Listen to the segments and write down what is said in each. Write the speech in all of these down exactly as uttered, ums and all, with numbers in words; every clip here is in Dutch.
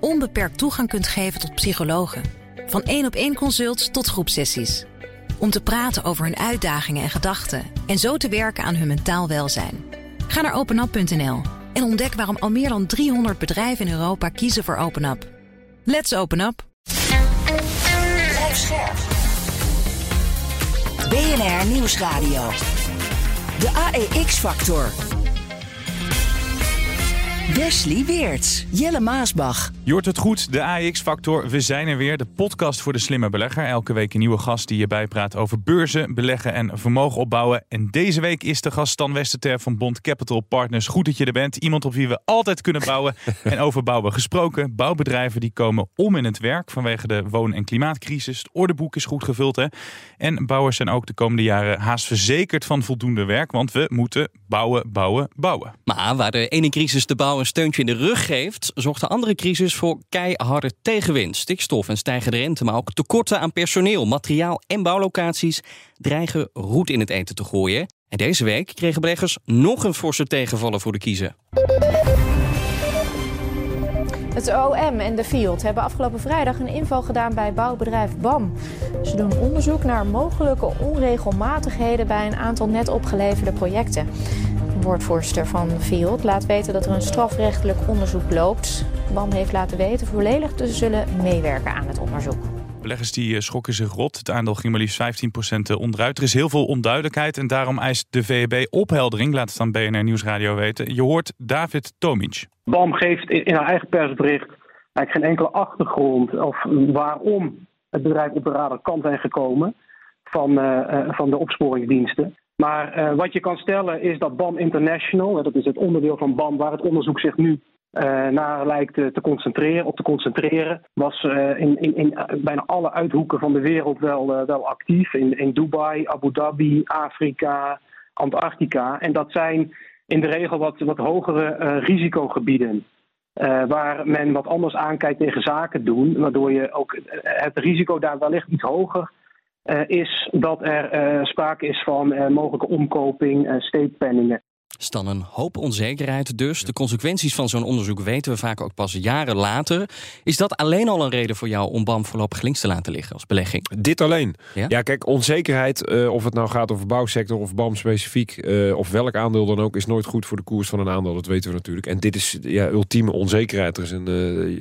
onbeperkt toegang kunt geven tot psychologen. Van één-op-één consults tot groepsessies. Om te praten over hun uitdagingen en gedachten en zo te werken aan hun mentaal welzijn. Ga naar openup punt n l en ontdek waarom al meer dan driehonderd bedrijven in Europa kiezen voor OpenUp. Let's open up. Blijf scherp. B N R Nieuwsradio. De A E X-factor. Wesley Weerts, Jelle Maasbach. Je hoort het goed, de A E X-factor. We zijn er weer, de podcast voor de slimme belegger. Elke week een nieuwe gast die je bijpraat over beurzen, beleggen en vermogen opbouwen. En deze week is de gast Stan Westerter van Bond Capital Partners. Goed dat je er bent. Iemand op wie we altijd kunnen bouwen en over bouwen gesproken. Bouwbedrijven die komen om in het werk vanwege de woon- en klimaatcrisis. Het ordeboek is goed gevuld, hè. En bouwers zijn ook de komende jaren haast verzekerd van voldoende werk. Want we moeten bouwen, bouwen, bouwen. Maar waar de ene crisis de bouw een steuntje in de rug geeft, zorgt de andere crisis voor keiharde tegenwind. Stikstof en stijgende rente, maar ook tekorten aan personeel, materiaal en bouwlocaties dreigen roet in het eten te gooien. En deze week kregen beleggers nog een forse tegenvaller voor de kiezen. Het O M en de Field hebben afgelopen vrijdag een inval gedaan bij bouwbedrijf B A M. Ze doen onderzoek naar mogelijke onregelmatigheden bij een aantal net opgeleverde projecten. De woordvoerster van Field laat weten dat er een strafrechtelijk onderzoek loopt. B A M heeft laten weten volledig te zullen meewerken aan het onderzoek. Beleggers die schrokken zich rot. Het aandeel ging maar liefst vijftien procent onderuit. Er is heel veel onduidelijkheid en daarom eist de V E B opheldering. Laat het aan B N R Nieuwsradio weten. Je hoort David Tomic. B A M geeft in haar eigen persbericht eigenlijk geen enkele achtergrond of waarom het bedrijf op de radar kan zijn gekomen van, uh, van de opsporingsdiensten. Maar uh, wat je kan stellen is dat B A M International, dat is het onderdeel van B A M waar het onderzoek zich nu uh, naar lijkt te, te concentreren, op te concentreren, was uh, in, in, in bijna alle uithoeken van de wereld wel, uh, wel actief. In, in Dubai, Abu Dhabi, Afrika, Antarctica. En dat zijn in de regel wat, wat hogere uh, risicogebieden. Uh, waar men wat anders aankijkt tegen zaken doen, waardoor je ook het risico daar wellicht iets hoger uh, is dat er uh, sprake is van uh, mogelijke omkoping, uh, steekpenningen. Stan, een hoop onzekerheid dus. De consequenties van zo'n onderzoek weten we vaak ook pas jaren later. Is dat alleen al een reden voor jou om B A M voorlopig links te laten liggen als belegging? Dit alleen. Ja, ja kijk, onzekerheid, uh, of het nou gaat over bouwsector of B A M specifiek, uh, of welk aandeel dan ook, is nooit goed voor de koers van een aandeel. Dat weten we natuurlijk. En dit is ja, ultieme onzekerheid. Er is een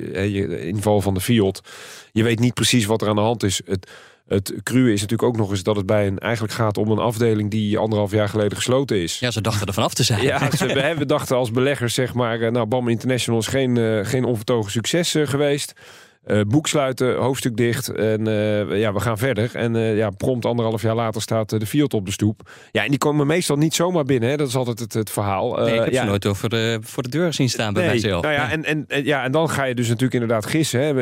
uh, inval van de Field. Je weet niet precies wat er aan de hand is. Het... Het cruwe is natuurlijk ook nog eens dat het bij een eigenlijk gaat om een afdeling die anderhalf jaar geleden gesloten is. Ja, ze dachten er vanaf te zijn. Ja, ze, we, we dachten als beleggers, zeg maar, nou, B A M International is geen, uh, geen onvertogen succes uh, geweest. Uh, boek sluiten, hoofdstuk dicht en uh, ja, we gaan verder. En uh, ja, prompt anderhalf jaar later staat uh, de Field op de stoep. Ja, en die komen meestal niet zomaar binnen, hè. Dat is altijd het, het verhaal. Nee, ik heb uh, ja. ze nooit over de, voor de deur zien staan bij nee, mijzelf. Nou ja, en, en, en, ja, en dan ga je dus natuurlijk inderdaad gissen. Hè.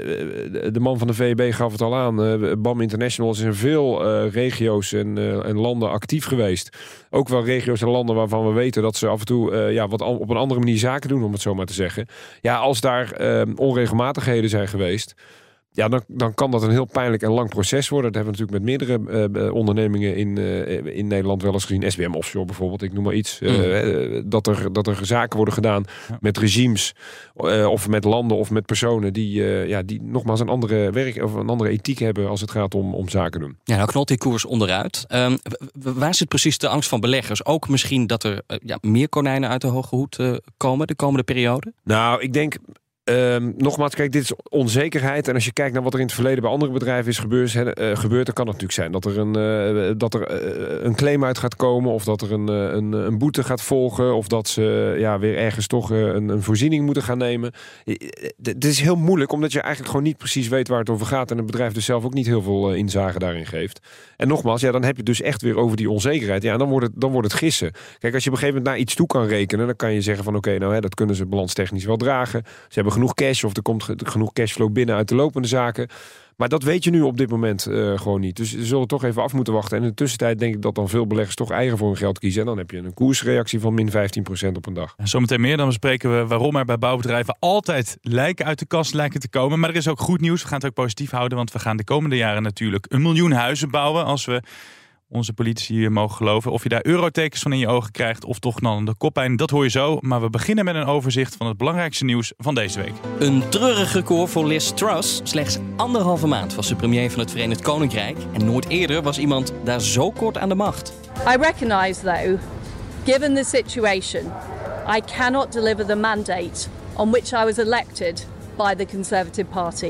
De man van de V E B gaf het al aan. Uh, B A M International is in veel uh, regio's en, uh, en landen actief geweest. Ook wel regio's en landen waarvan we weten dat ze af en toe uh, ja, wat an- op een andere manier zaken doen, om het zo maar te zeggen. Ja, als daar uh, onregelmatigheden zijn geweest, ja, dan, dan kan dat een heel pijnlijk en lang proces worden. Dat hebben we natuurlijk met meerdere uh, ondernemingen in, uh, in Nederland wel eens gezien. S B M Offshore bijvoorbeeld, ik noem maar iets. Mm. Uh, dat, er, dat er zaken worden gedaan ja. met regimes uh, of met landen of met personen die, uh, ja, die nogmaals een andere werk of een andere ethiek hebben als het gaat om, om zaken doen. Ja, nou knalt die koers onderuit. Um, waar zit precies de angst van beleggers? Ook misschien dat er uh, ja, meer konijnen uit de hoge hoed uh, komen de komende periode? Nou, ik denk Um, nogmaals, kijk, dit is onzekerheid. En als je kijkt naar wat er in het verleden bij andere bedrijven is gebeurd, he, uh, gebeurd dan kan het natuurlijk zijn dat er, een, uh, dat er uh, een claim uit gaat komen, of dat er een, uh, een, een boete gaat volgen, of dat ze ja, weer ergens toch uh, een, een voorziening moeten gaan nemen. Het is heel moeilijk, omdat je eigenlijk gewoon niet precies weet waar het over gaat en het bedrijf dus zelf ook niet heel veel uh, inzage daarin geeft. En nogmaals, ja, dan heb je het dus echt weer over die onzekerheid. Ja, en dan wordt het, dan wordt het gissen. Kijk, als je op een gegeven moment naar iets toe kan rekenen, dan kan je zeggen van oké, okay, nou hè, dat kunnen ze balanstechnisch wel dragen. Ze hebben genoeg cash of er komt genoeg cashflow binnen uit de lopende zaken. Maar dat weet je nu op dit moment uh, gewoon niet. Dus we zullen toch even af moeten wachten. En in de tussentijd denk ik dat dan veel beleggers toch eigen voor hun geld kiezen. En dan heb je een koersreactie van min vijftien procent op een dag. Zometeen meer, dan bespreken we waarom er bij bouwbedrijven altijd lijken uit de kast lijken te komen. Maar er is ook goed nieuws. We gaan het ook positief houden, want we gaan de komende jaren natuurlijk een miljoen huizen bouwen. Als we onze politici mogen geloven. Of je daar eurotekens van in je ogen krijgt of toch dan de koppijn, dat hoor je zo. Maar we beginnen met een overzicht van het belangrijkste nieuws van deze week. Een treurig record voor Liz Truss. Slechts anderhalve maand was ze premier van het Verenigd Koninkrijk. En nooit eerder was iemand daar zo kort aan de macht. I recognise, though, given the situation, I cannot deliver the mandate on which I was elected by the Conservative Party.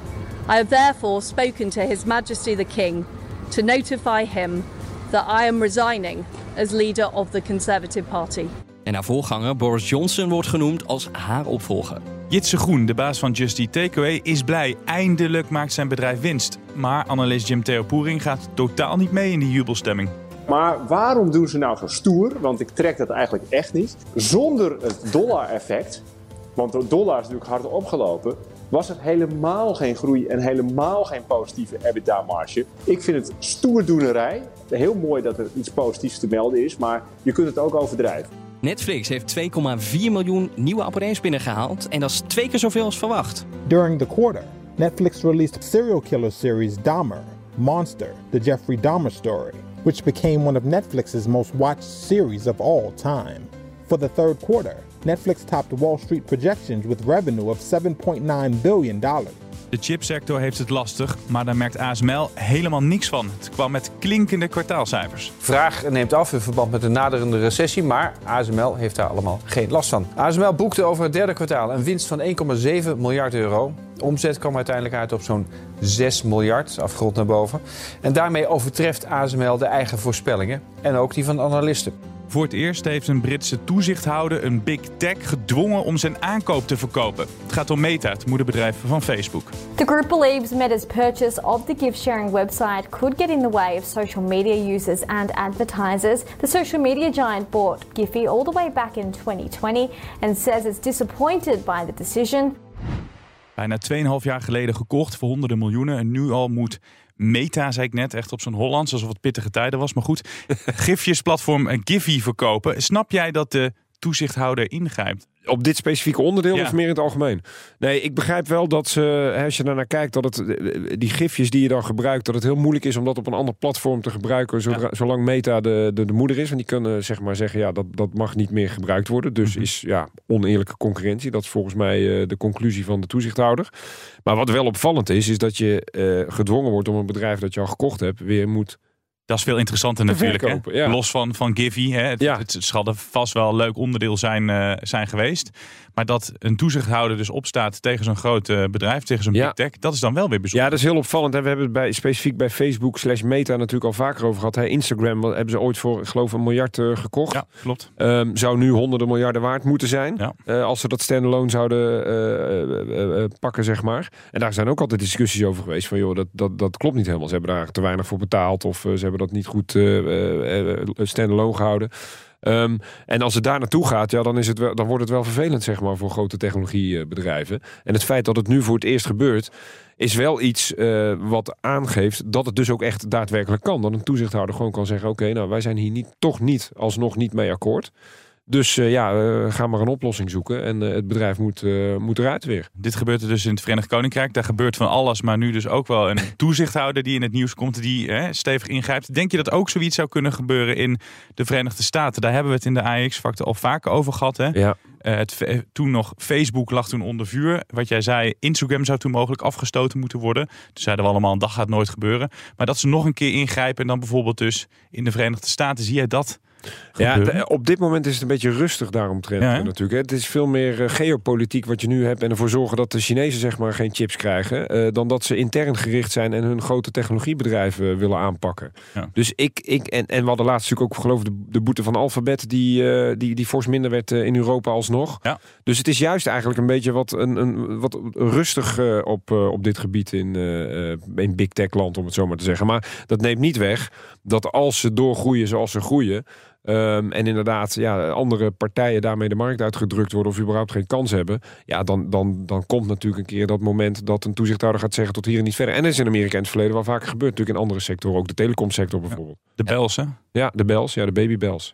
I have therefore spoken to His Majesty the King to notify him that I am resigning as leader of the Conservative Party. En haar voorganger Boris Johnson wordt genoemd als haar opvolger. Jitse Groen, de baas van Just Eat Takeaway, is blij. Eindelijk maakt zijn bedrijf winst. Maar analist Jim Theopoering gaat totaal niet mee in die jubelstemming. Maar waarom doen ze nou zo stoer? Want ik trek dat eigenlijk echt niet. Zonder het dollar-effect, want de dollar is natuurlijk hard opgelopen, was er helemaal geen groei en helemaal geen positieve EBITDA-marge. Ik vind het stoerdoenerij. Heel mooi dat er iets positiefs te melden is, maar je kunt het ook overdrijven. Netflix heeft twee komma vier miljoen nieuwe abonnees binnengehaald en dat is twee keer zoveel als verwacht. During the quarter, Netflix released serial killer series Dahmer, Monster, The Jeffrey Dahmer Story, which became one of Netflix's most watched series of all time. For the third quarter, Netflix topped Wall Street projections with revenue of seven point nine billion dollars. De chipsector heeft het lastig, maar daar merkt A S M L helemaal niks van. Het kwam met klinkende kwartaalcijfers. Vraag neemt af in verband met de naderende recessie, maar A S M L heeft daar allemaal geen last van. A S M L boekte over het derde kwartaal een winst van één komma zeven miljard euro. Omzet kwam uiteindelijk uit op zo'n zes miljard, afgerond naar boven. En daarmee overtreft A S M L de eigen voorspellingen en ook die van analisten. Voor het eerst heeft een Britse toezichthouder een big tech gedwongen om zijn aankoop te verkopen. Het gaat om Meta, het moederbedrijf van Facebook. The group believes Meta's purchase of the gift-sharing website could get in the way of social media users and advertisers. The social media giant bought Giphy all the way back in twenty twenty and says it's disappointed by the decision. Bijna twee en een half jaar geleden gekocht voor honderden miljoenen en nu al moet Meta, zei ik net, echt op zo'n Hollands, alsof het pittige tijden was. Maar goed, gifjesplatform Giphy verkopen. Snap jij dat de toezichthouder ingrijpt? Op dit specifieke onderdeel ja. of meer in het algemeen? Nee, ik begrijp wel dat ze, als je daarnaar kijkt, dat het die gifjes die je dan gebruikt, dat het heel moeilijk is om dat op een ander platform te gebruiken, zodra, ja. zolang Meta de, de, de moeder is. Want die kunnen zeg maar zeggen, ja, dat, dat mag niet meer gebruikt worden. Dus mm-hmm. is ja, oneerlijke concurrentie. Dat is volgens mij uh, de conclusie van de toezichthouder. Maar wat wel opvallend is, is dat je uh, gedwongen wordt om een bedrijf dat je al gekocht hebt, weer moet... Dat is veel interessanter natuurlijk. Verkopen, hè? Ja. Los van, van Giphy. Hè? Het, ja. het, het zal vast wel een leuk onderdeel zijn, uh, zijn geweest. Maar dat een toezichthouder dus opstaat tegen zo'n groot uh, bedrijf, tegen zo'n ja. big tech, dat is dan wel weer bijzonder. Ja, dat is heel opvallend. Hè? We hebben het bij, specifiek bij Facebook slash Meta natuurlijk al vaker over gehad. Hè? Instagram hebben ze ooit voor, ik geloof, een miljard uh, gekocht. Ja, klopt. Um, zou nu honderden miljarden waard moeten zijn. Ja. Uh, als ze dat standalone zouden uh, uh, uh, uh, pakken, zeg maar. En daar zijn ook altijd discussies over geweest. Van joh, dat, dat, dat klopt niet helemaal. Ze hebben daar te weinig voor betaald. Of uh, ze hebben dat niet goed uh, uh, uh, standalone gehouden. Um, en als het daar naartoe gaat, ja, dan, is het wel, dan wordt het wel vervelend, zeg maar, voor grote technologiebedrijven. En het feit dat het nu voor het eerst gebeurt, is wel iets uh, wat aangeeft dat het dus ook echt daadwerkelijk kan. Dat een toezichthouder gewoon kan zeggen, oké, okay, nou, wij zijn hier niet, toch niet, alsnog niet mee akkoord. Dus uh, ja, uh, ga maar een oplossing zoeken. En uh, het bedrijf moet, uh, moet eruit weer. Dit gebeurt er dus in het Verenigd Koninkrijk. Daar gebeurt van alles, maar nu dus ook wel een toezichthouder die in het nieuws komt, die hè, stevig ingrijpt. Denk je dat ook zoiets zou kunnen gebeuren in de Verenigde Staten? Daar hebben we het in de A E X-factor al vaker over gehad. Hè? Ja. Uh, het, toen nog Facebook lag toen onder vuur. Wat jij zei, Instagram zou toen mogelijk afgestoten moeten worden. Toen zeiden we allemaal, dat gaat nooit gebeuren. Maar dat ze nog een keer ingrijpen en dan bijvoorbeeld dus in de Verenigde Staten, zie jij dat? Ja, de, op dit moment is het een beetje rustig daaromtrent ja, natuurlijk. Hè. Het is veel meer uh, geopolitiek wat je nu hebt en ervoor zorgen dat de Chinezen zeg maar geen chips krijgen, uh, dan dat ze intern gericht zijn en hun grote technologiebedrijven uh, willen aanpakken. Ja. Dus ik, ik en, en we hadden laatst natuurlijk ook geloof de, de boete van Alphabet die, uh, die, die fors minder werd uh, in Europa alsnog. Ja. Dus het is juist eigenlijk een beetje wat, een, een, wat rustig uh, op, uh, op dit gebied in, uh, in big tech land, om het zo maar te zeggen. Maar dat neemt niet weg dat als ze doorgroeien zoals ze groeien, Um, en inderdaad, ja, andere partijen daarmee de markt uitgedrukt worden of überhaupt geen kans hebben, ja, dan, dan, dan komt natuurlijk een keer dat moment dat een toezichthouder gaat zeggen tot hier en niet verder. En dat is in Amerika in het verleden wel vaker gebeurd, natuurlijk in andere sectoren, ook de telecomsector bijvoorbeeld. Ja, de Bels, hè? Ja, de Bels, ja, de babybels, ja.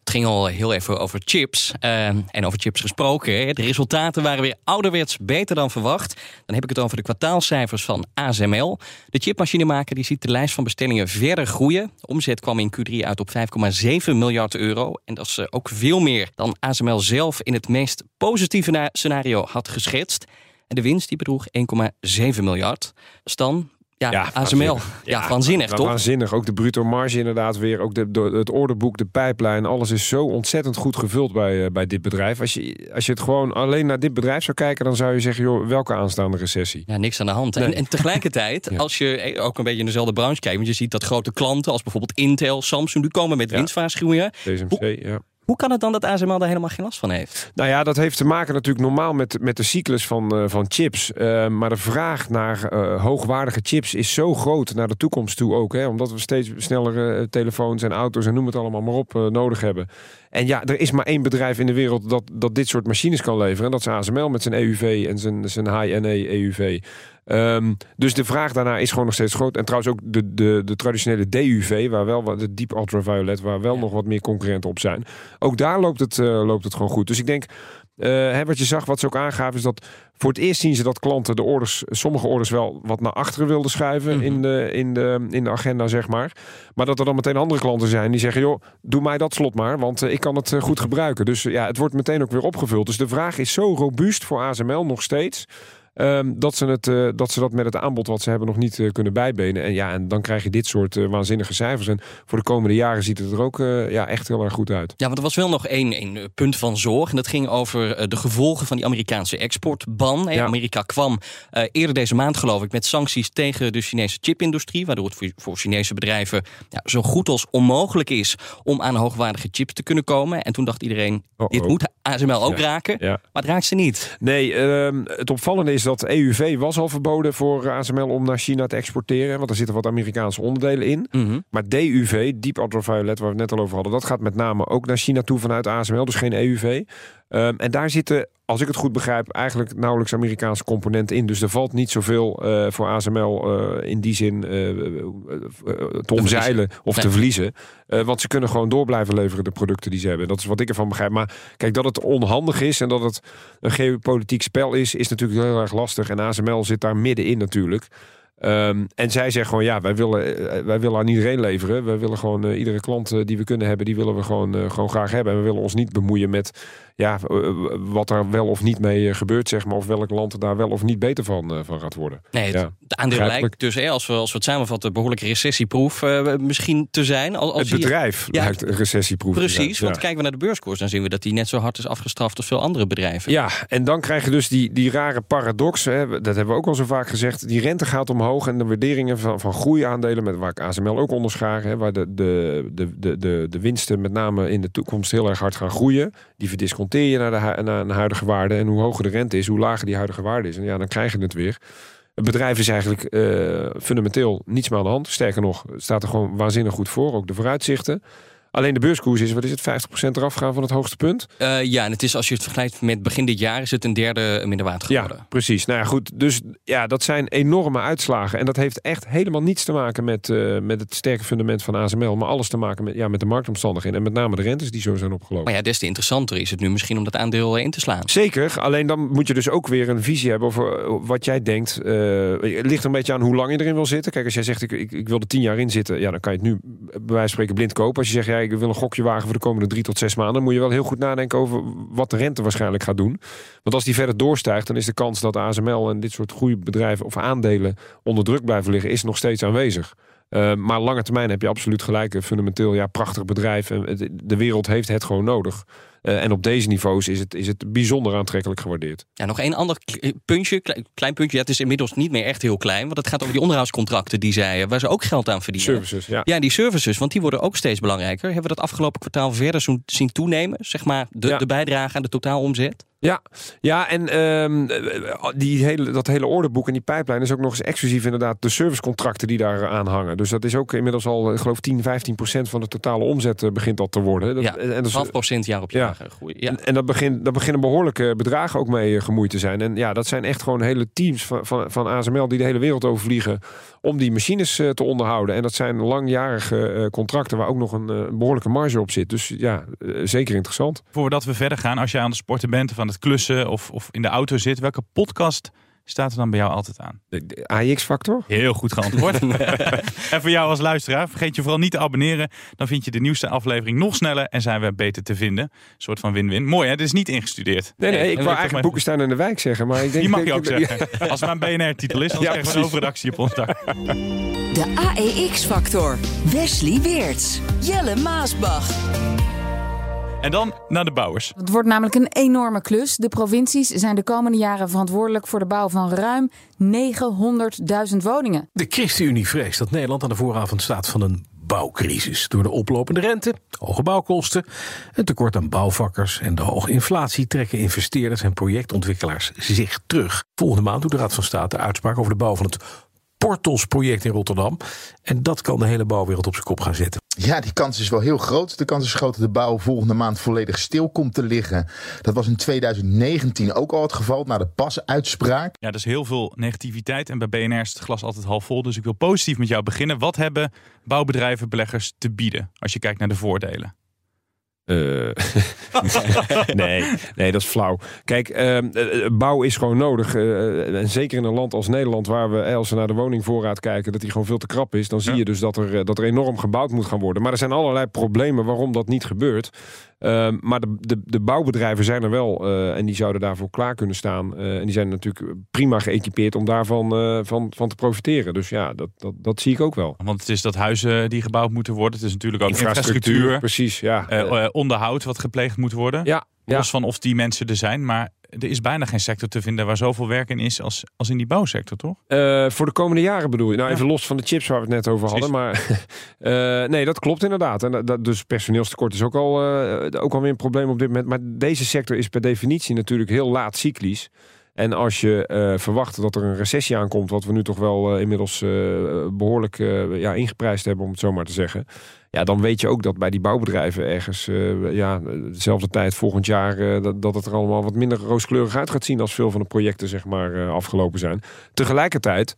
Het ging al heel even over chips. Uh, en over chips gesproken. Hè. De resultaten waren weer ouderwets beter dan verwacht. Dan heb ik het over de kwartaalcijfers van A S M L. De chipmachinemaker die ziet de lijst van bestellingen verder groeien. De omzet kwam in Q drie uit op vijf komma zeven miljard euro. En dat is uh, ook veel meer dan A S M L zelf in het meest positieve na- scenario had geschetst. En de winst die bedroeg één komma zeven miljard. Stan... Ja, ja, A S M L. Ja, ja, waanzinnig, toch? Waanzinnig. Ook de bruto marge inderdaad weer. Ook de, de, het orderboek, de pijplijn. Alles is zo ontzettend goed gevuld bij, uh, bij dit bedrijf. Als je, als je het gewoon alleen naar dit bedrijf zou kijken... dan zou je zeggen, joh, welke aanstaande recessie? Ja, niks aan de hand. Nee. En, en tegelijkertijd, ja. als je ook een beetje in dezelfde branche kijkt... want je ziet dat grote klanten als bijvoorbeeld Intel, Samsung... die komen met ja. winstwaarschuwingen. T S M C, Hoe, ja. Hoe kan het dan dat A S M L daar helemaal geen last van heeft? Nou ja, dat heeft te maken natuurlijk normaal met, met de cyclus van, uh, van chips. Uh, maar de vraag naar uh, hoogwaardige chips is zo groot naar de toekomst toe ook. Hè, omdat we steeds snellere uh, telefoons en auto's en noem het allemaal maar op uh, nodig hebben. En ja, er is maar één bedrijf in de wereld dat, dat dit soort machines kan leveren. En dat is A S M L met zijn E U V en zijn, zijn high-N A E U V. Um, dus de vraag daarna is gewoon nog steeds groot. En trouwens ook de, de, de traditionele D U V, waar wel de Deep Ultraviolet, waar wel ja. nog wat meer concurrenten op zijn. Ook daar loopt het, uh, loopt het gewoon goed. Dus ik denk, uh, hè, wat je zag, wat ze ook aangaven, is dat voor het eerst zien ze dat klanten de orders, sommige orders wel wat naar achteren wilden schuiven mm-hmm. in, de, in, de, in de agenda, zeg maar. Maar dat er dan meteen andere klanten zijn die zeggen, joh, doe mij dat slot maar, want uh, ik kan het uh, goed gebruiken. Dus uh, ja, het wordt meteen ook weer opgevuld. Dus de vraag is zo robuust voor A S M L nog steeds. Um, dat, ze het, uh, dat ze dat met het aanbod wat ze hebben nog niet uh, kunnen bijbenen. En ja, en dan krijg je dit soort uh, waanzinnige cijfers. En voor de komende jaren ziet het er ook uh, ja, echt heel erg goed uit. Ja, want er was wel nog één, één punt van zorg. En dat ging over uh, de gevolgen van die Amerikaanse exportban. Ja. Amerika kwam uh, eerder deze maand, geloof ik, met sancties tegen de Chinese chipindustrie. Waardoor het voor, voor Chinese bedrijven ja, zo goed als onmogelijk is om aan hoogwaardige chips te kunnen komen. En toen dacht iedereen, oh, dit oh. moet A S M L ook ja. raken. Ja. Maar het raakt ze niet. Nee, uh, het opvallende is dat E U V was al verboden voor A S M L om naar China te exporteren. Want er zitten wat Amerikaanse onderdelen in. Mm-hmm. Maar D U V, Deep Ultraviolet, waar we het net al over hadden, dat gaat met name ook naar China toe vanuit A S M L. Dus geen E U V. Um, en daar zitten, als ik het goed begrijp, eigenlijk nauwelijks Amerikaanse componenten in. Dus er valt niet zoveel uh, voor A S M L uh, in die zin uh, uh, uh, te omzeilen of nee. te verliezen. Uh, want ze kunnen gewoon door blijven leveren de producten die ze hebben. Dat is wat ik ervan begrijp. Maar kijk, dat het onhandig is en dat het een geopolitiek spel is, is natuurlijk heel erg lastig. En A S M L zit daar middenin natuurlijk. Um, en zij zeggen gewoon, ja, wij willen, uh, wij willen aan iedereen leveren. Wij willen gewoon uh, iedere klant uh, die we kunnen hebben, die willen we gewoon, uh, gewoon graag hebben. En we willen ons niet bemoeien met ja, uh, wat er wel of niet mee uh, gebeurt, zeg maar. Of welk land daar wel of niet beter van, uh, van gaat worden. Nee, het, ja, de aandeel lijkt dus, hè, als, we, als we het samenvatten, behoorlijk recessieproef uh, misschien te zijn. Als, als het bedrijf je, lijkt ja, recessieproef. Precies, ja. want kijken we naar de beurskoers, dan zien we dat die net zo hard is afgestraft als veel andere bedrijven. Ja, en dan krijg je dus die, die rare paradox, hè, dat hebben we ook al zo vaak gezegd. Die rente gaat omhoog en de waarderingen van, van groeiaandelen, met waar ik A S M L ook onder schaar, hè, waar de, de, de, de, de, de winsten met name in de toekomst heel erg hard gaan groeien. Die verdisconteer je naar de, naar een huidige waarde. En hoe hoger de rente is, hoe lager die huidige waarde is. En ja, dan krijg je het weer. Het bedrijf is eigenlijk uh, fundamenteel niets meer aan de hand. Sterker nog, het staat er gewoon waanzinnig goed voor. Ook de vooruitzichten. Alleen de beurskoers is, wat is het, vijftig procent eraf gaan van het hoogste punt? Uh, ja, en het is, als je het vergelijkt met begin dit jaar, is het een derde minder waard geworden. Ja, precies. Nou ja, goed. Dus ja, dat zijn enorme uitslagen. En dat heeft echt helemaal niets te maken met, uh, met het sterke fundament van A S M L. Maar alles te maken met, ja, met de marktomstandigheden. En met name de rentes die zo zijn opgelopen. Maar ja, des te interessanter is het nu misschien om dat aandeel in te slaan. Zeker. Alleen dan moet je dus ook weer een visie hebben over wat jij denkt. Uh, het ligt er een beetje aan hoe lang je erin wil zitten. Kijk, als jij zegt, ik, ik, ik wil er tien jaar in zitten. Ja, dan kan je het nu bij wijze van spreken blind kopen. Als je zegt, ja, ik wil een gokje wagen voor de komende drie tot zes maanden, moet je wel heel goed nadenken over wat de rente waarschijnlijk gaat doen. Want als die verder doorstijgt, dan is de kans dat A S M L en dit soort groeibedrijven of aandelen onder druk blijven liggen, is nog steeds aanwezig. Uh, maar lange termijn heb je absoluut gelijk. Een fundamenteel, ja, prachtig bedrijf. En de wereld heeft het gewoon nodig. Uh, en op deze niveaus is het, is het bijzonder aantrekkelijk gewaardeerd. Ja, nog één ander puntje, klein puntje. Ja, het is inmiddels niet meer echt heel klein. Want het gaat over die onderhoudscontracten die zij, waar ze ook geld aan verdienen. Services, ja. Ja, die services, want die worden ook steeds belangrijker. Hebben we dat afgelopen kwartaal verder zien toenemen? Zeg maar de, ja. de bijdrage aan de totaalomzet? Ja, ja, en um, die hele, dat hele orderboek en die pijplijn is ook nog eens exclusief inderdaad de servicecontracten die daar aan hangen. Dus dat is ook inmiddels al, ik geloof, tien, vijftien procent van de totale omzet begint dat te worden. Dat, ja, en dat is, twaalf procent jaar op jaar. Ja. Groei, ja. En, en dat, begint, dat beginnen behoorlijke bedragen ook mee gemoeid te zijn. En ja, dat zijn echt gewoon hele teams van, van, van A S M L die de hele wereld overvliegen om die machines uh, te onderhouden. En dat zijn langjarige uh, contracten waar ook nog een uh, behoorlijke marge op zit. Dus ja, uh, zeker interessant. Voordat we verder gaan, als je aan het sporten bent of aan het klussen of, of in de auto zit, welke podcast staat er dan bij jou altijd aan? De, de A I X-factor? Heel goed geantwoord. En voor jou als luisteraar, vergeet je vooral niet te abonneren. Dan vind je de nieuwste aflevering nog sneller en zijn we beter te vinden. Een soort van win-win. Mooi hè, dit is niet ingestudeerd. Nee, nee, nee ik wou eigenlijk boeken staan in de wijk zeggen. Maar ik denk, die mag denk, je ook denk, zeggen. Ja. Als het maar een B N R-titel is, dan ja, krijgen we een hoofdredactie op ons dak. De A E X-factor. Wesley Weerts. Jelle Maasbach. En dan naar de bouwers. Het wordt namelijk een enorme klus. De provincies zijn de komende jaren verantwoordelijk voor de bouw van ruim negenhonderdduizend woningen. De ChristenUnie vreest dat Nederland aan de vooravond staat van een bouwcrisis. Door de oplopende rente, hoge bouwkosten, een tekort aan bouwvakkers en de hoge inflatie trekken investeerders en projectontwikkelaars zich terug. Volgende maand doet de Raad van State uitspraak over de bouw van het Portos-project in Rotterdam. En dat kan de hele bouwwereld op zijn kop gaan zetten. Ja, die kans is wel heel groot. De kans is groot dat de bouw volgende maand volledig stil komt te liggen. Dat was in twintig negentien ook al het geval, na de Pas-uitspraak. Ja, er is heel veel negativiteit en bij B N R is het glas altijd half vol. Dus ik wil positief met jou beginnen. Wat hebben bouwbedrijven, beleggers te bieden als je kijkt naar de voordelen? Uh, nee, nee, dat is flauw. Kijk, uh, bouw is gewoon nodig. Uh, en zeker in een land als Nederland, waar we, als we naar de woningvoorraad kijken, dat die gewoon veel te krap is. Dan zie je dus dat er, dat er enorm gebouwd moet gaan worden. Maar er zijn allerlei problemen waarom dat niet gebeurt. Uh, maar de, de, de bouwbedrijven zijn er wel. Uh, en die zouden daarvoor klaar kunnen staan. Uh, en die zijn natuurlijk prima geëquipeerd om daarvan uh, van, van te profiteren. Dus ja, dat, dat, dat zie ik ook wel. Want het is dat huizen die gebouwd moeten worden. Het is natuurlijk ook infrastructuur. infrastructuur Precies, ja. Uh, uh, onderhoud wat gepleegd moet worden. Ja. Ja. Los van of die mensen er zijn. Maar er is bijna geen sector te vinden waar zoveel werk in is als, als in die bouwsector, toch? Uh, voor de komende jaren bedoel je? Nou, even ja. los van de chips waar we het net over Precies. hadden. Maar uh, nee, dat klopt inderdaad. En dat, dus personeelstekort is ook, al, uh, ook alweer een probleem op dit moment. Maar deze sector is per definitie natuurlijk heel laat cyclisch. En als je uh, verwacht dat er een recessie aankomt, wat we nu toch wel uh, inmiddels uh, behoorlijk uh, ja, ingeprijsd hebben, om het zo maar te zeggen. Ja, dan weet je ook dat bij die bouwbedrijven ergens uh, ja, dezelfde tijd volgend jaar uh, dat, dat het er allemaal wat minder rooskleurig uit gaat zien als veel van de projecten zeg maar uh, afgelopen zijn. Tegelijkertijd,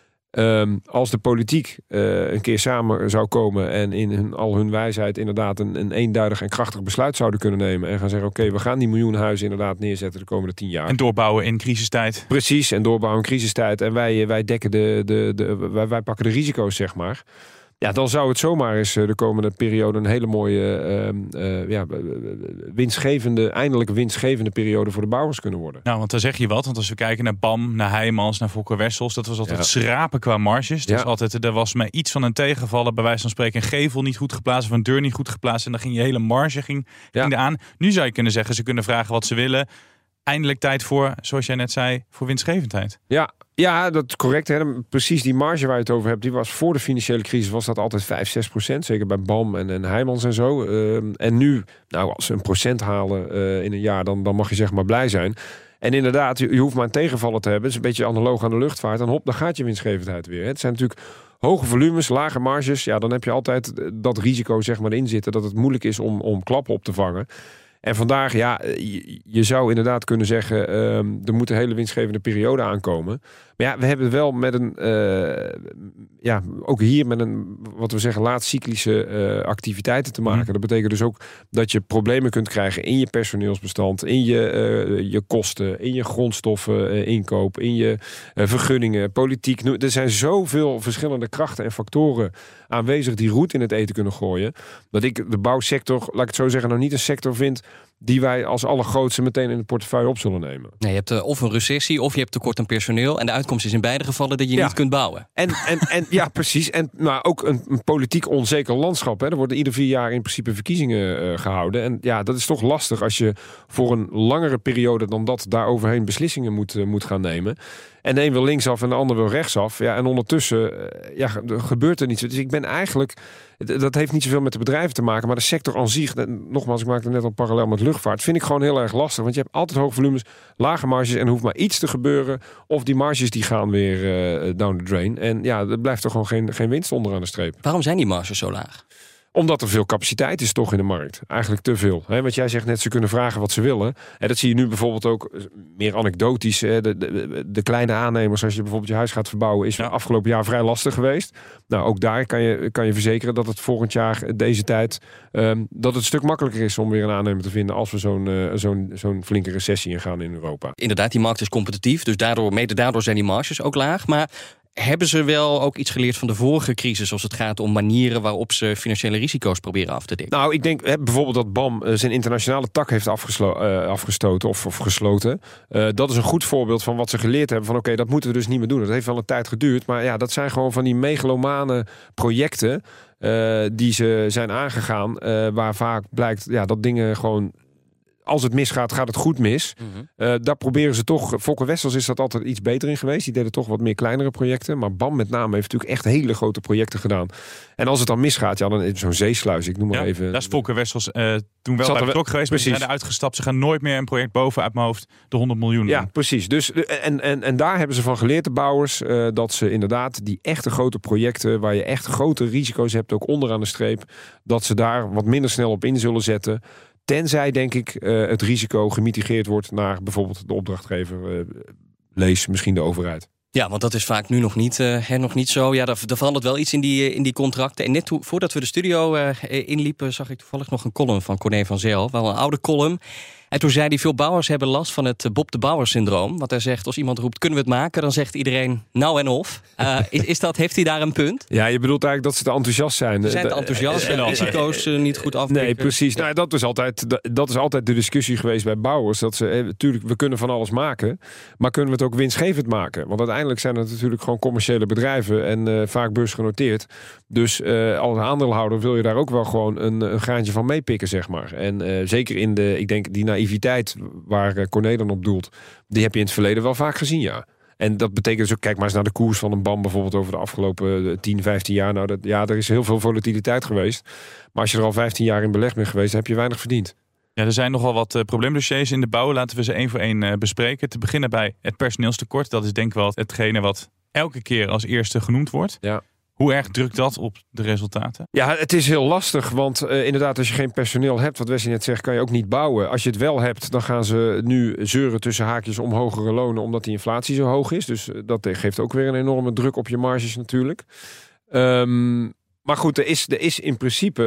um, als de politiek uh, een keer samen zou komen en in hun, al hun wijsheid inderdaad een, een eenduidig en krachtig besluit zouden kunnen nemen en gaan zeggen, oké, okay, we gaan die miljoen huizen inderdaad neerzetten de komende tien jaar. En doorbouwen in crisistijd. Precies, en doorbouwen in crisistijd. En wij, wij dekken de, de, de wij, wij pakken de risico's, zeg maar. Ja, dan zou het zomaar eens de komende periode een hele mooie, uh, uh, ja, winstgevende, eindelijk winstgevende periode voor de bouwers kunnen worden. Nou, want daar zeg je wat. Want als we kijken naar B A M, naar Heijmans, naar Fokker Wessels, dat was altijd ja. schrapen qua marges. Dus ja. altijd, er was mij iets van een tegenvallen, bij wijze van spreken een gevel niet goed geplaatst of een deur niet goed geplaatst. En dan ging je hele marge ging, ja. ging aan. Nu zou je kunnen zeggen, ze kunnen vragen wat ze willen. Eindelijk tijd voor, zoals jij net zei, voor winstgevendheid. Ja. Ja, dat is correct. Hè. Precies die marge waar je het over hebt, die was voor de financiële crisis was dat altijd vijf, zes procent. Zeker bij B A M en, en Heijmans en zo. Uh, en nu, nou, als ze een procent halen uh, in een jaar, dan, dan mag je zeg maar blij zijn. En inderdaad, je, je hoeft maar een tegenvaller te hebben. Het is een beetje analoog aan de luchtvaart. Dan hop, dan gaat je winstgevendheid weer. Het zijn natuurlijk hoge volumes, lage marges. Ja, dan heb je altijd dat risico zeg maar in zitten dat het moeilijk is om, om klappen op te vangen. En vandaag, ja, je, je zou inderdaad kunnen zeggen, uh, er moet een hele winstgevende periode aankomen. Maar ja, we hebben het wel met een, uh, ja, ook hier met een, wat we zeggen, laatcyclische uh, activiteiten te maken. Mm. Dat betekent dus ook dat je problemen kunt krijgen in je personeelsbestand, in je, uh, je kosten, in je grondstoffen, uh, inkoop, in je uh, vergunningen, politiek. Er zijn zoveel verschillende krachten en factoren aanwezig die roet in het eten kunnen gooien, dat ik de bouwsector, laat ik het zo zeggen, nog niet een sector vind die wij als allergrootste meteen in de portefeuille op zullen nemen. Nee, je hebt uh, of een recessie of je hebt tekort aan personeel. En de uitkomst is in beide gevallen dat je ja. niet kunt bouwen. En, en, en ja, precies. En nou, ook een, een politiek onzeker landschap. Hè. Er worden ieder vier jaar in principe verkiezingen uh, gehouden. En ja, dat is toch lastig als je voor een langere periode dan dat daar overheen beslissingen moet, uh, moet gaan nemen. En de een wil linksaf en de ander wil rechtsaf. Ja, en ondertussen uh, ja, gebeurt er niets. Dus ik ben eigenlijk, dat heeft niet zoveel met de bedrijven te maken, maar de sector aan zich, nogmaals, ik maakte net al parallel met luchtvaart, vind ik gewoon heel erg lastig. Want je hebt altijd hoge volumes, lage marges en er hoeft maar iets te gebeuren. Of die marges die gaan weer uh, down the drain. En ja, er blijft er gewoon geen, geen winst onder aan de streep. Waarom zijn die marges zo laag? Omdat er veel capaciteit is toch in de markt. Eigenlijk te veel. Hè? Want jij zegt net, ze kunnen vragen wat ze willen. En dat zie je nu bijvoorbeeld ook meer anekdotisch. Hè? De, de, de kleine aannemers, als je bijvoorbeeld je huis gaat verbouwen, is ja. afgelopen jaar vrij lastig geweest. Nou, ook daar kan je, kan je verzekeren dat het volgend jaar, deze tijd, um, dat het een stuk makkelijker is om weer een aannemer te vinden als we zo'n, uh, zo'n, zo'n flinke recessie ingaan in Europa. Inderdaad, die markt is competitief. Dus daardoor, mede daardoor zijn die marges ook laag. Maar hebben ze wel ook iets geleerd van de vorige crisis als het gaat om manieren waarop ze financiële risico's proberen af te dekken? Nou, ik denk hè, bijvoorbeeld dat B A M uh, zijn internationale tak heeft afgeslo- uh, afgestoten of, of gesloten. Uh, dat is een goed voorbeeld van wat ze geleerd hebben. Van oké, okay, dat moeten we dus niet meer doen. Dat heeft wel een tijd geduurd. Maar ja, dat zijn gewoon van die megalomane projecten uh, die ze zijn aangegaan. Uh, waar vaak blijkt ja, dat dingen gewoon, als het misgaat, gaat het goed mis. Mm-hmm. Uh, daar proberen ze toch. Fokker Wessels is dat altijd iets beter in geweest. Die deden toch wat meer kleinere projecten. Maar B A M met name heeft natuurlijk echt hele grote projecten gedaan. En als het dan misgaat, ja, dan zo'n zeesluis. Ik noem maar ja, even. Daar is Fokker Wessels uh, toen wel bij betrokken geweest. Maar ze zijn er uitgestapt. Ze gaan nooit meer een project boven uit mijn hoofd de honderd miljoen. Ja, precies. Dus, en, en, en daar hebben ze van geleerd, de bouwers, uh, dat ze inderdaad die echte grote projecten, waar je echt grote risico's hebt, ook onderaan de streep, dat ze daar wat minder snel op in zullen zetten. Tenzij, denk ik, uh, het risico gemitigeerd wordt naar bijvoorbeeld de opdrachtgever. Uh, lees misschien de overheid. Ja, want dat is vaak nu nog niet, uh, hè, nog niet zo. Ja, er verandert wel iets in die, in die contracten. En net to, voordat we de studio uh, inliepen, zag ik toevallig nog een column van Corné van Zijl. Wel een oude column. En toen zei hij, veel bouwers hebben last van het Bob de Bouwer-syndroom. Want hij zegt, als iemand roept, kunnen we het maken? Dan zegt iedereen, nou en of. Uh, is, is dat, heeft hij daar een punt? Ja, je bedoelt eigenlijk dat ze te enthousiast zijn. Ze zijn te enthousiast en risico's uh, niet goed afdekken. Nee, precies. Nou, dat, is altijd, dat is altijd de discussie geweest bij bouwers. Dat ze, eh, natuurlijk, we kunnen van alles maken. Maar kunnen we het ook winstgevend maken? Want uiteindelijk zijn het natuurlijk gewoon commerciële bedrijven. En uh, vaak beursgenoteerd. Dus uh, als aandeelhouder wil je daar ook wel gewoon een, een graantje van meepikken, zeg maar. En uh, zeker in de, ik denk, die naïviteit waar uh, Corné dan op doelt, die heb je in het verleden wel vaak gezien, ja. En dat betekent dus ook, kijk maar eens naar de koers van een B A M bijvoorbeeld over de afgelopen tien, vijftien jaar. Nou, dat, ja, er is heel veel volatiliteit geweest. Maar als je er al vijftien jaar in belegd bent geweest, heb je weinig verdiend. Ja, er zijn nogal wat uh, probleemdossiers in de bouw. Laten we ze één voor één uh, bespreken. Te beginnen bij het personeelstekort. Dat is denk ik wel hetgene wat elke keer als eerste genoemd wordt. Ja. Hoe erg drukt dat op de resultaten? Ja, het is heel lastig. Want uh, inderdaad, als je geen personeel hebt, wat Wesley net zegt, kan je ook niet bouwen. Als je het wel hebt, dan gaan ze nu zeuren tussen haakjes om hogere lonen, omdat die inflatie zo hoog is. Dus uh, dat geeft ook weer een enorme druk op je marges natuurlijk. Um, Maar goed, er is, er is in principe,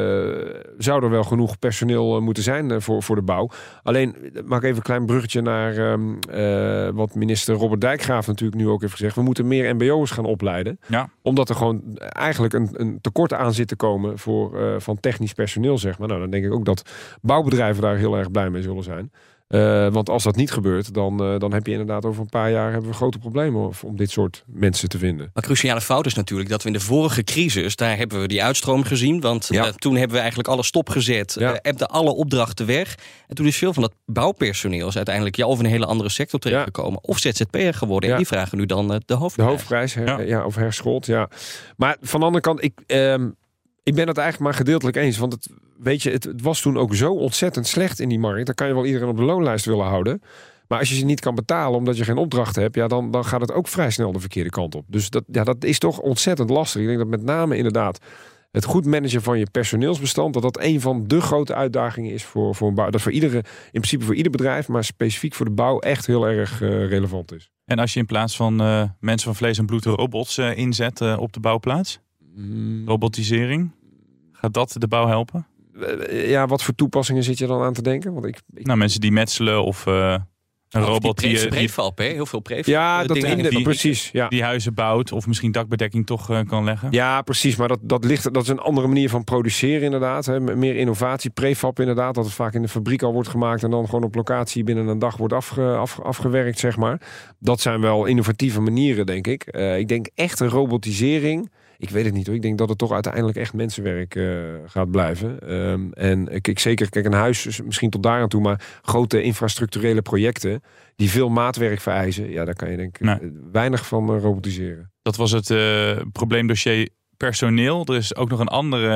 uh, zou er wel genoeg personeel uh, moeten zijn uh, voor, voor de bouw. Alleen, maak even een klein bruggetje naar um, uh, wat minister Robert Dijkgraaf natuurlijk nu ook heeft gezegd. We moeten meer M B O'ers gaan opleiden. Ja. Omdat er gewoon eigenlijk een, een tekort aan zit te komen voor, uh, van technisch personeel, zeg maar. Nou, dan denk ik ook dat bouwbedrijven daar heel erg blij mee zullen zijn. Uh, want als dat niet gebeurt, dan, uh, dan heb je inderdaad over een paar jaar hebben we grote problemen om dit soort mensen te vinden. Maar cruciale fout is natuurlijk dat we in de vorige crisis, daar hebben we die uitstroom gezien. Want ja. uh, toen hebben we eigenlijk alles stopgezet, ja. uh, hebben alle opdrachten weg. En toen is veel van dat bouwpersoneel is uiteindelijk ja, of in een hele andere sector terechtgekomen, ja. of Z Z P'er geworden. Ja. En die vragen nu dan uh, de hoofdprijs. De hoofdprijs, her, ja. ja, of herschoold, ja. Maar van de andere kant, ik... Um, Ik ben het eigenlijk maar gedeeltelijk eens. Want het, weet je, het, het was toen ook zo ontzettend slecht in die markt. Dan kan je wel iedereen op de loonlijst willen houden. Maar als je ze niet kan betalen omdat je geen opdrachten hebt, ja, dan, dan gaat het ook vrij snel de verkeerde kant op. Dus dat, ja, dat is toch ontzettend lastig. Ik denk dat met name inderdaad het goed managen van je personeelsbestand, dat dat een van de grote uitdagingen is voor, voor een bouw. Dat voor iedere, in principe voor ieder bedrijf, maar specifiek voor de bouw echt heel erg uh, relevant is. En als je in plaats van uh, mensen van vlees en bloed robots uh, inzet uh, op de bouwplaats? Robotisering, gaat dat de bouw helpen? Ja, wat voor toepassingen zit je dan aan te denken? Want ik, ik... Nou, mensen die metselen of uh, een of robot die... die... Prefab, hè? Heel veel prefab. Ja, dat in de, die, precies. Ja. Die huizen bouwt of misschien dakbedekking toch uh, kan leggen. Ja, precies. Maar dat, dat, ligt, dat is een andere manier van produceren inderdaad. Hè. Meer innovatie, prefab inderdaad. Dat het vaak in de fabriek al wordt gemaakt en dan gewoon op locatie binnen een dag wordt afge, af, afgewerkt, zeg maar. Dat zijn wel innovatieve manieren, denk ik. Uh, ik denk echte robotisering. Ik weet het niet hoor. Ik denk dat het toch uiteindelijk echt mensenwerk uh, gaat blijven. Um, en ik zeker, kijk, een huis misschien tot daar aan toe, maar grote infrastructurele projecten die veel maatwerk vereisen, ja, daar kan je denk ik nee. weinig van uh, robotiseren. Dat was het uh, probleemdossier personeel. Er is ook nog een andere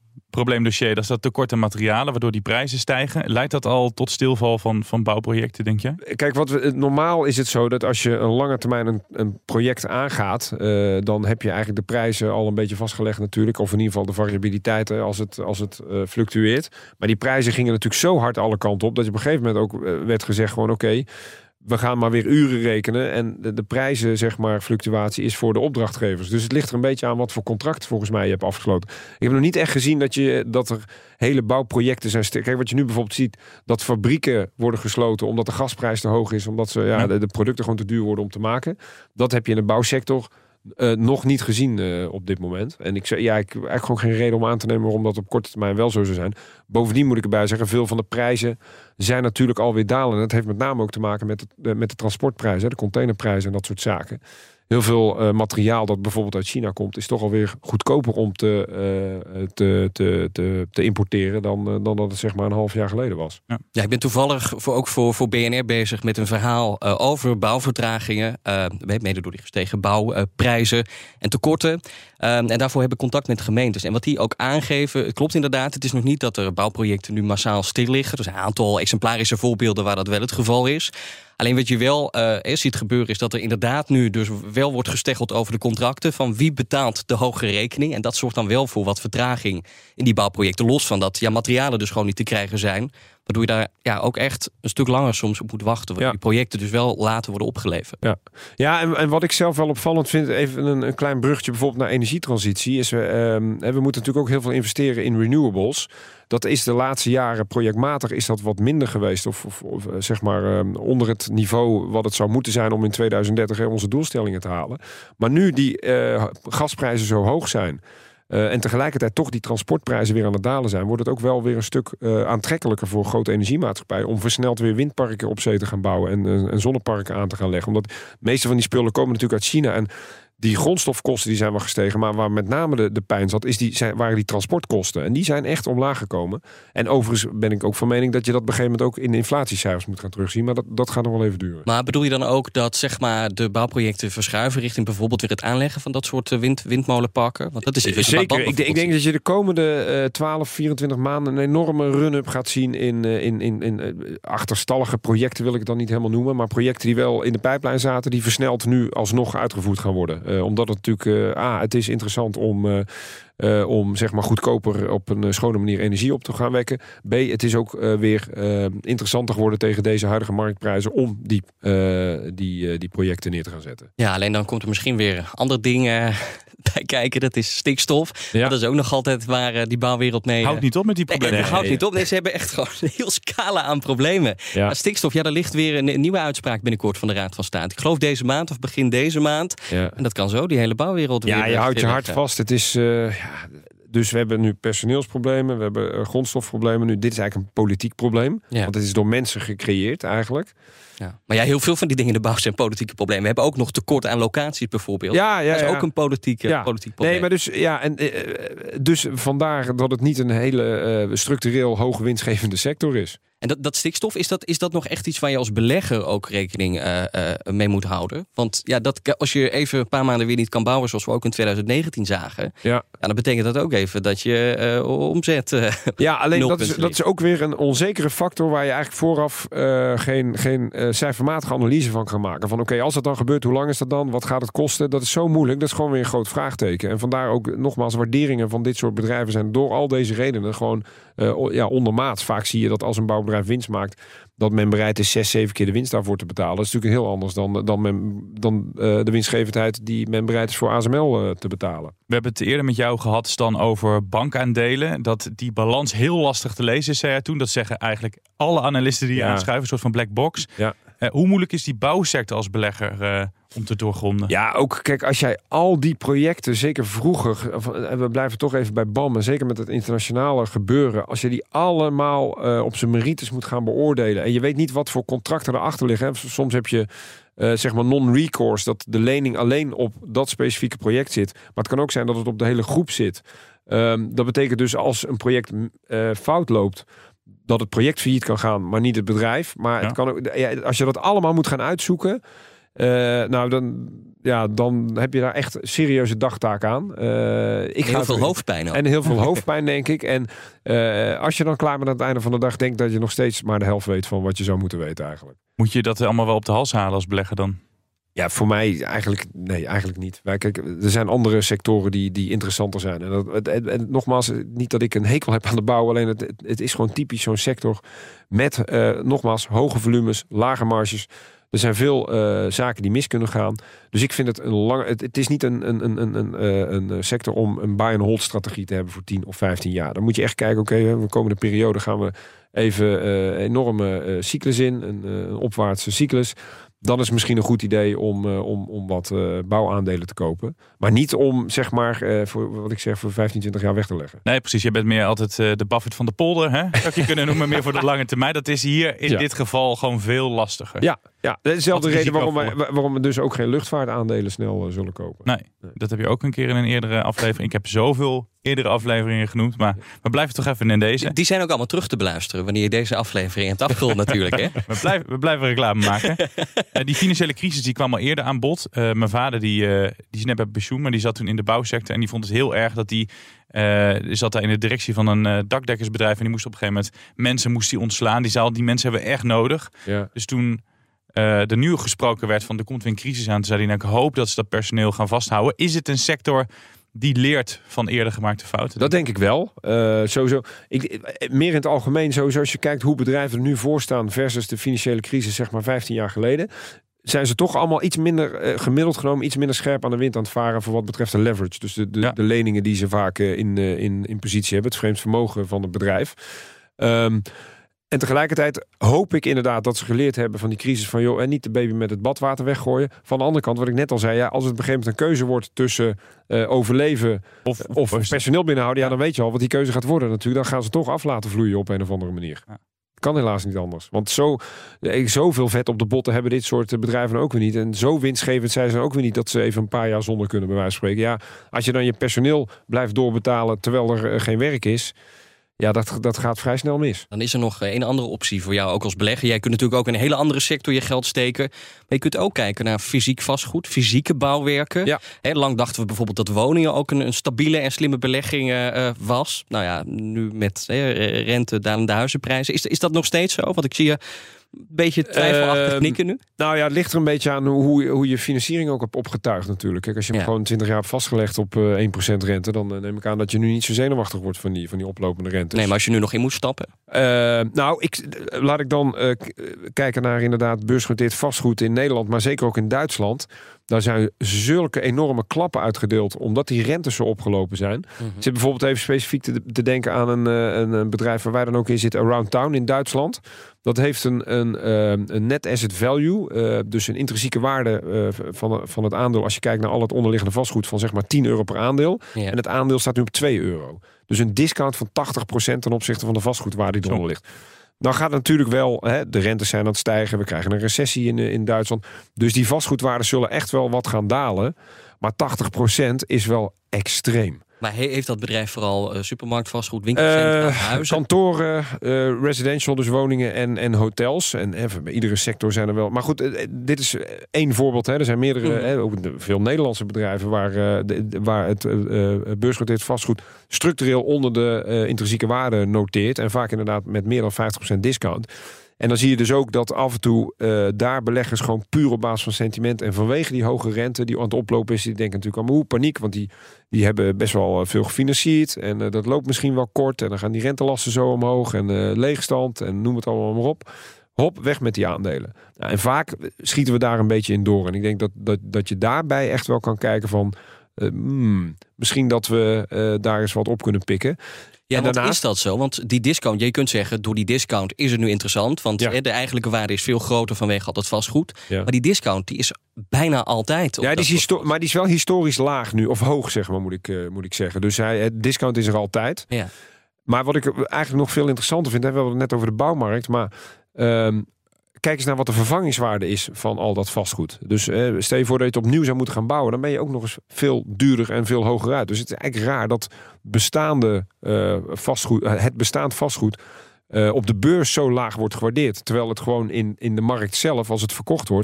probleemdossier, dat is dat tekort aan materialen, waardoor die prijzen stijgen. Leidt dat al tot stilval van, van bouwprojecten, denk je? Kijk, wat we, normaal is het zo dat als je een lange termijn een, een project aangaat, uh, dan heb je eigenlijk de prijzen al een beetje vastgelegd natuurlijk. Of in ieder geval de variabiliteit als het, als het uh, fluctueert. Maar die prijzen gingen natuurlijk zo hard alle kanten op, dat je op een gegeven moment ook uh, werd gezegd gewoon oké, okay, we gaan maar weer uren rekenen. En de, de prijzen, zeg maar, fluctuatie is voor de opdrachtgevers. Dus het ligt er een beetje aan wat voor contract volgens mij je hebt afgesloten. Ik heb nog niet echt gezien dat, je, dat er hele bouwprojecten zijn. Kijk, wat je nu bijvoorbeeld ziet, dat fabrieken worden gesloten omdat de gasprijs te hoog is. Omdat ze, ja, de, de producten gewoon te duur worden om te maken. Dat heb je in de bouwsector Uh, nog niet gezien uh, op dit moment. En ik zeg, ja, ik heb eigenlijk gewoon geen reden om aan te nemen waarom dat op korte termijn wel zo zou zijn. Bovendien moet ik erbij zeggen, veel van de prijzen zijn natuurlijk alweer dalen. En dat heeft met name ook te maken met, het, uh, met de transportprijzen, de containerprijzen en dat soort zaken. Heel veel uh, materiaal dat bijvoorbeeld uit China komt, is toch alweer goedkoper om te, uh, te, te, te, te importeren dan, uh, dan dat het zeg maar een half jaar geleden was. Ja, ja, ik ben toevallig voor, ook voor, voor B N R bezig met een verhaal uh, over bouwvertragingen. Uh, mede door die gestegen bouwprijzen uh, en tekorten. Uh, en daarvoor heb ik contact met gemeentes. En wat die ook aangeven, het klopt inderdaad. Het is nog niet dat er bouwprojecten nu massaal stil liggen. Er zijn een aantal exemplarische voorbeelden waar dat wel het geval is. Alleen wat je wel uh, ziet gebeuren is dat er inderdaad nu dus wel wordt gesteggeld over de contracten van wie betaalt de hogere rekening. En dat zorgt dan wel voor wat vertraging in die bouwprojecten. Los van dat ja, materialen dus gewoon niet te krijgen zijn. Waardoor je daar ja, ook echt een stuk langer soms op moet wachten. Waardoor ja. die projecten dus wel later worden opgeleverd. Ja, ja en, en wat ik zelf wel opvallend vind, even een, een klein bruggetje bijvoorbeeld naar energietransitie. Is we, um, we moeten natuurlijk ook heel veel investeren in renewables. Dat is de laatste jaren projectmatig is dat wat minder geweest. Of, of, of zeg maar um, onder het niveau wat het zou moeten zijn om in tweeduizend dertig hè, onze doelstellingen te halen. Maar nu die uh, gasprijzen zo hoog zijn. Uh, en tegelijkertijd toch die transportprijzen weer aan het dalen zijn, wordt het ook wel weer een stuk uh, aantrekkelijker voor grote energiemaatschappijen om versneld weer windparken op zee te gaan bouwen en, uh, en zonneparken aan te gaan leggen. Omdat de meeste van die spullen komen natuurlijk uit China en die grondstofkosten die zijn wel gestegen, maar waar met name de, de pijn zat, is die, zijn, waren die transportkosten. En die zijn echt omlaag gekomen. En overigens ben ik ook van mening dat je dat op een gegeven moment ook in de inflatiecijfers moet gaan terugzien. Maar dat, dat gaat nog wel even duren. Maar bedoel je dan ook dat zeg maar, de bouwprojecten verschuiven richting bijvoorbeeld weer het aanleggen van dat soort wind, windmolenparken? Want dat is iets zeker. Ik, ik denk dat je de komende uh, twaalf, vierentwintig maanden een enorme run-up gaat zien in, uh, in, in, in uh, achterstallige projecten, wil ik het dan niet helemaal noemen. Maar projecten die wel in de pijplijn zaten, die versneld nu alsnog uitgevoerd gaan worden. Uh, omdat het natuurlijk, uh, A, het is interessant om, uh, uh, om zeg maar goedkoper op een schone manier energie op te gaan wekken. B, het is ook uh, weer uh, interessanter geworden tegen deze huidige marktprijzen om die, uh, die, uh, die projecten neer te gaan zetten. Ja, alleen dan komt er misschien weer andere dingen bij kijken. Dat is stikstof. Ja. Dat is ook nog altijd waar uh, die bouwwereld mee... Houdt niet op met die problemen. Nee, nee, houdt niet op. Nee, ze hebben echt gewoon een heel scala aan problemen. Ja. Maar stikstof, ja, er ligt weer een, een nieuwe uitspraak binnenkort van de Raad van State. Ik geloof deze maand of begin deze maand. Ja. En dat kan zo die hele bouwwereld weer... Ja, je houdt je hart vast. Het is... Uh, ja, dus we hebben nu personeelsproblemen, we hebben uh, grondstofproblemen. Nu, dit is eigenlijk een politiek probleem. Ja. Want het is door mensen gecreëerd eigenlijk. Ja. Maar ja, heel veel van die dingen in de bouw zijn politieke problemen. We hebben ook nog tekort aan locaties bijvoorbeeld. Ja, ja, dat is ja. ook een politiek, ja. politiek probleem. Nee, maar dus, ja, en, uh, dus vandaar dat het niet een hele uh, structureel hoog winstgevende sector is. En dat, dat stikstof, is dat, is dat nog echt iets waar je als belegger ook rekening uh, uh, mee moet houden? Want ja, dat, als je even een paar maanden weer niet kan bouwen, zoals we ook in twintig negentien zagen, ja. Ja, dan betekent dat ook even dat je uh, omzet. Uh, ja, alleen dat is, dat is ook weer een onzekere factor waar je eigenlijk vooraf uh, geen, geen uh, cijfermatige analyse van kan maken. Van oké, okay, als dat dan gebeurt, hoe lang is dat dan? Wat gaat het kosten? Dat is zo moeilijk. Dat is gewoon weer een groot vraagteken. En vandaar ook nogmaals, waarderingen van dit soort bedrijven zijn door al deze redenen gewoon uh, ja, ondermaats. Vaak zie je dat als een bouwbedrijf winst maakt, dat men bereid is zes, zeven keer de winst daarvoor te betalen. Dat is natuurlijk heel anders dan, dan, men, dan uh, de winstgevendheid die men bereid is voor A S M L uh, te betalen. We hebben het eerder met jou gehad, Stan, over bankaandelen. Dat die balans heel lastig te lezen is, zei hij toen. Dat zeggen eigenlijk alle analisten die je ja. aanschuiven, een soort van black box. Ja. Uh, hoe moeilijk is die bouwsector als belegger uh, om te doorgronden? Ja, ook kijk, als jij al die projecten, zeker vroeger, en we blijven toch even bij B A M, en zeker met het internationale gebeuren, als je die allemaal uh, op zijn merites moet gaan beoordelen en je weet niet wat voor contracten erachter liggen. Hè. Soms heb je uh, zeg maar non-recourse, dat de lening alleen op dat specifieke project zit. Maar het kan ook zijn dat het op de hele groep zit. Um, dat betekent dus als een project uh, fout loopt, dat het project failliet kan gaan, maar niet het bedrijf. Maar ja. het kan ook, ja, als je dat allemaal moet gaan uitzoeken, Uh, nou, dan, ja, dan heb je daar echt serieuze dagtaak aan. Uh, ik heel ga veel het, hoofdpijn ook. En heel veel hoofdpijn, denk ik. En uh, als je dan klaar bent aan het einde van de dag, denk dat je nog steeds maar de helft weet van wat je zou moeten weten eigenlijk. Moet je dat allemaal wel op de hals halen als belegger dan? Ja, voor mij eigenlijk, nee, eigenlijk niet. Wij, kijk, er zijn andere sectoren die, die interessanter zijn. En, dat, en, en nogmaals, niet dat ik een hekel heb aan de bouw, alleen het, het is gewoon typisch zo'n sector met, uh, nogmaals, hoge volumes, lage marges. Er zijn veel uh, zaken die mis kunnen gaan. Dus ik vind het een lang. Het, het is niet een, een, een, een, een, een sector om een buy-and-hold strategie te hebben voor tien of vijftien jaar. Dan moet je echt kijken, oké, okay, de komende periode gaan we even uh, enorme uh, cyclus in, een, uh, een opwaartse cyclus. Dan is het misschien een goed idee om, uh, om, om wat uh, bouwaandelen te kopen. Maar niet om, zeg maar, uh, voor wat ik zeg, voor vijftien, twintig jaar weg te leggen. Nee, precies. Je bent meer altijd uh, de Buffett van de polder, hè? Zou je kunnen noemen, meer voor de lange termijn. Dat is hier in ja. dit geval gewoon veel lastiger. Ja, ja. Dat is dezelfde reden waarom we, waarom we dus ook geen luchtvaartaandelen snel uh, zullen kopen. Nee, nee, dat heb je ook een keer in een eerdere aflevering. Ik heb zoveel eerdere afleveringen genoemd, maar we blijven toch even in deze. Die zijn ook allemaal terug te beluisteren wanneer je deze aflevering hebt afgerond natuurlijk. Hè? We, blijven, we blijven reclame maken. uh, die financiële crisis die kwam al eerder aan bod. Uh, mijn vader die, uh, die is net bij pensioen, maar die zat toen in de bouwsector en die vond het heel erg dat die uh, zat daar in de directie van een uh, dakdekkersbedrijf en die moest op een gegeven moment mensen moest die ontslaan. Die zei al, die mensen hebben we echt nodig. Ja. Dus toen uh, er nu gesproken werd van er komt weer een crisis aan, toen zei hij, nou, ik hoop dat ze dat personeel gaan vasthouden. Is het een sector die leert van eerder gemaakte fouten? Dat denk ik wel. Uh, sowieso. Ik, meer in het algemeen, sowieso als je kijkt hoe bedrijven er nu voor staan versus de financiële crisis, zeg maar vijftien jaar geleden, zijn ze toch allemaal iets minder, uh, gemiddeld genomen, iets minder scherp aan de wind aan het varen voor wat betreft de leverage. Dus de, de, ja. de leningen die ze vaak uh, in, uh, in, in positie hebben, het vreemd vermogen van het bedrijf. Um, En tegelijkertijd hoop ik inderdaad dat ze geleerd hebben van die crisis van joh, en niet de baby met het badwater weggooien. Van de andere kant, wat ik net al zei, ja, als het op een gegeven moment een keuze wordt tussen uh, overleven of, of, of personeel binnenhouden, ja, dan weet je al wat die keuze gaat worden natuurlijk. Dan gaan ze toch af laten vloeien op een of andere manier. Ja. Kan helaas niet anders. Want zo, zoveel vet op de botten hebben dit soort bedrijven ook weer niet. En zo winstgevend zijn ze ook weer niet dat ze even een paar jaar zonder kunnen, bij wijze van spreken. Ja, als je dan je personeel blijft doorbetalen terwijl er uh, geen werk is, ja, dat, dat gaat vrij snel mis. Dan is er nog een andere optie voor jou ook als belegger. Jij kunt natuurlijk ook in een hele andere sector je geld steken. Maar je kunt ook kijken naar fysiek vastgoed, fysieke bouwwerken. Ja. He, lang dachten we bijvoorbeeld dat woningen ook een, een stabiele en slimme belegging uh, was. Nou ja, nu met he, rente, dalende huizenprijzen. Is, is dat nog steeds zo? Want ik zie je een beetje twijfelachtig knikken nu. Uh, nou ja, het ligt er een beetje aan hoe, hoe je financiering ook hebt opgetuigd natuurlijk. Kijk, als je hem ja. gewoon twintig jaar hebt vastgelegd op uh, één procent rente, dan uh, neem ik aan dat je nu niet zo zenuwachtig wordt van die, van die oplopende rentes. Nee, maar als je nu nog in moet stappen? Uh, nou, ik, laat ik dan uh, k- kijken naar inderdaad beursgenoteerd vastgoed in Nederland, maar zeker ook in Duitsland. Daar zijn zulke enorme klappen uitgedeeld omdat die rentes zo opgelopen zijn. Mm-hmm. Ik zit bijvoorbeeld even specifiek te, te denken aan een, een, een bedrijf waar wij dan ook in zitten, Around Town in Duitsland. Dat heeft een, een, een net asset value, uh, dus een intrinsieke waarde uh, van, van het aandeel als je kijkt naar al het onderliggende vastgoed van zeg maar tien euro per aandeel. Ja. En het aandeel staat nu op twee euro. Dus een discount van tachtig procent ten opzichte van de vastgoedwaarde die eronder ligt. Dan gaat het natuurlijk wel, hè, de rentes zijn aan het stijgen. We krijgen een recessie in, in Duitsland. Dus die vastgoedwaarden zullen echt wel wat gaan dalen. Maar tachtig procent is wel extreem. Maar heeft dat bedrijf vooral uh, supermarktvastgoed, winkelcentra, uh, huizen? Kantoren, uh, residential, dus woningen en, en hotels. En even, bij iedere sector zijn er wel. Maar goed, uh, dit is één voorbeeld. Hè. Er zijn meerdere, mm. hè, ook veel Nederlandse bedrijven waar, uh, de, waar het uh, beursgenoteerd vastgoed structureel onder de uh, intrinsieke waarde noteert. En vaak inderdaad met meer dan vijftig procent discount. En dan zie je dus ook dat af en toe uh, daar beleggers gewoon puur op basis van sentiment en vanwege die hoge rente die aan het oplopen is, die denken natuurlijk aan hoe paniek, want die, die hebben best wel veel gefinancierd en uh, dat loopt misschien wel kort en dan gaan die rentelasten zo omhoog en uh, leegstand en noem het allemaal maar op. Hop, weg met die aandelen. Nou, en vaak schieten we daar een beetje in door. En ik denk dat, dat, dat je daarbij echt wel kan kijken van uh, hmm, misschien dat we uh, daar eens wat op kunnen pikken. Ja, en want daarnaast is dat zo? Want die discount, je kunt zeggen, door die discount is het nu interessant. Want ja. de eigenlijke waarde is veel groter vanwege al dat vastgoed. Ja. Maar die discount, die is bijna altijd. Ja, die is histo- maar die is wel historisch laag nu. Of hoog, zeg maar, moet ik, uh, moet ik zeggen. Dus hij, het discount is er altijd. Ja. Maar wat ik eigenlijk nog veel interessanter vind, hè, we hadden het net over de bouwmarkt, maar Um, kijk eens naar wat de vervangingswaarde is van al dat vastgoed. Dus eh, stel je voor dat je het opnieuw zou moeten gaan bouwen, dan ben je ook nog eens veel duurder en veel hoger uit. Dus het is eigenlijk raar dat bestaande uh, vastgoed, uh, het bestaand vastgoed uh, op de beurs zo laag wordt gewaardeerd. Terwijl het gewoon in, in de markt zelf, als het verkocht wordt,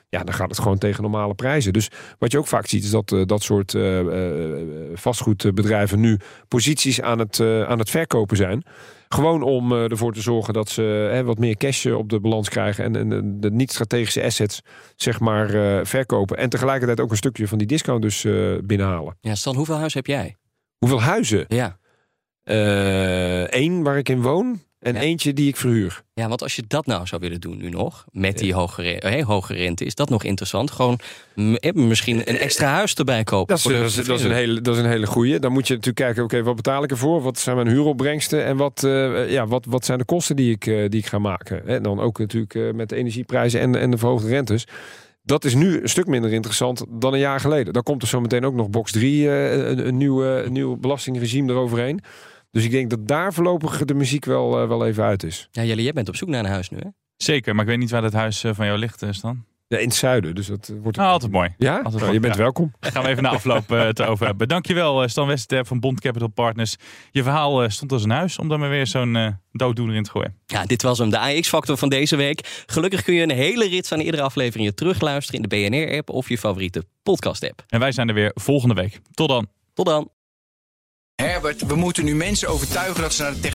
Ja, dan gaat het gewoon tegen normale prijzen. Dus wat je ook vaak ziet is dat uh, dat soort uh, uh, vastgoedbedrijven nu posities aan het, uh, aan het verkopen zijn. Gewoon om uh, ervoor te zorgen dat ze uh, wat meer cash op de balans krijgen en, en de niet-strategische assets zeg maar uh, verkopen. En tegelijkertijd ook een stukje van die discount dus uh, binnenhalen. Ja, Stan, hoeveel huis heb jij? Hoeveel huizen? Ja. Eén uh, waar ik in woon. En ja. eentje die ik verhuur. Ja, want als je dat nou zou willen doen nu nog, met die hoge, hey, hoge rente, is dat nog interessant? Gewoon m- misschien een extra huis erbij kopen. Dat is, dat is, dat is, een, hele, dat is een hele goeie. Dan moet je natuurlijk kijken, oké, okay, wat betaal ik ervoor? Wat zijn mijn huuropbrengsten? En wat, uh, ja, wat, wat zijn de kosten die ik, uh, die ik ga maken? En dan ook natuurlijk uh, met de energieprijzen en, en de verhoogde rentes. Dat is nu een stuk minder interessant dan een jaar geleden. Dan komt er zo meteen ook nog box drie, uh, een, een, nieuw, uh, een nieuw belastingregime eroverheen. Dus ik denk dat daar voorlopig de muziek wel, uh, wel even uit is. Ja, jullie, jij bent op zoek naar een huis nu, hè? Zeker, maar ik weet niet waar dat huis uh, van jou ligt, uh, Stan. Ja, in het zuiden, dus dat wordt... Nou, altijd mooi. Ja? Altijd nou, mooi. je bent ja. welkom. Daar gaan we even na afloop uh, te over hebben. Dankjewel, uh, Stan Westerterp van Bond Capital Partners. Je verhaal uh, stond als een huis, om daar maar weer zo'n uh, dooddoener in te gooien. Ja, dit was hem, de A X-factor van deze week. Gelukkig kun je een hele rits aan eerdere afleveringen terugluisteren in de B N R-app of je favoriete podcast-app. En wij zijn er weer volgende week. Tot dan. Tot dan. Herbert, we moeten nu mensen overtuigen dat ze naar de technologie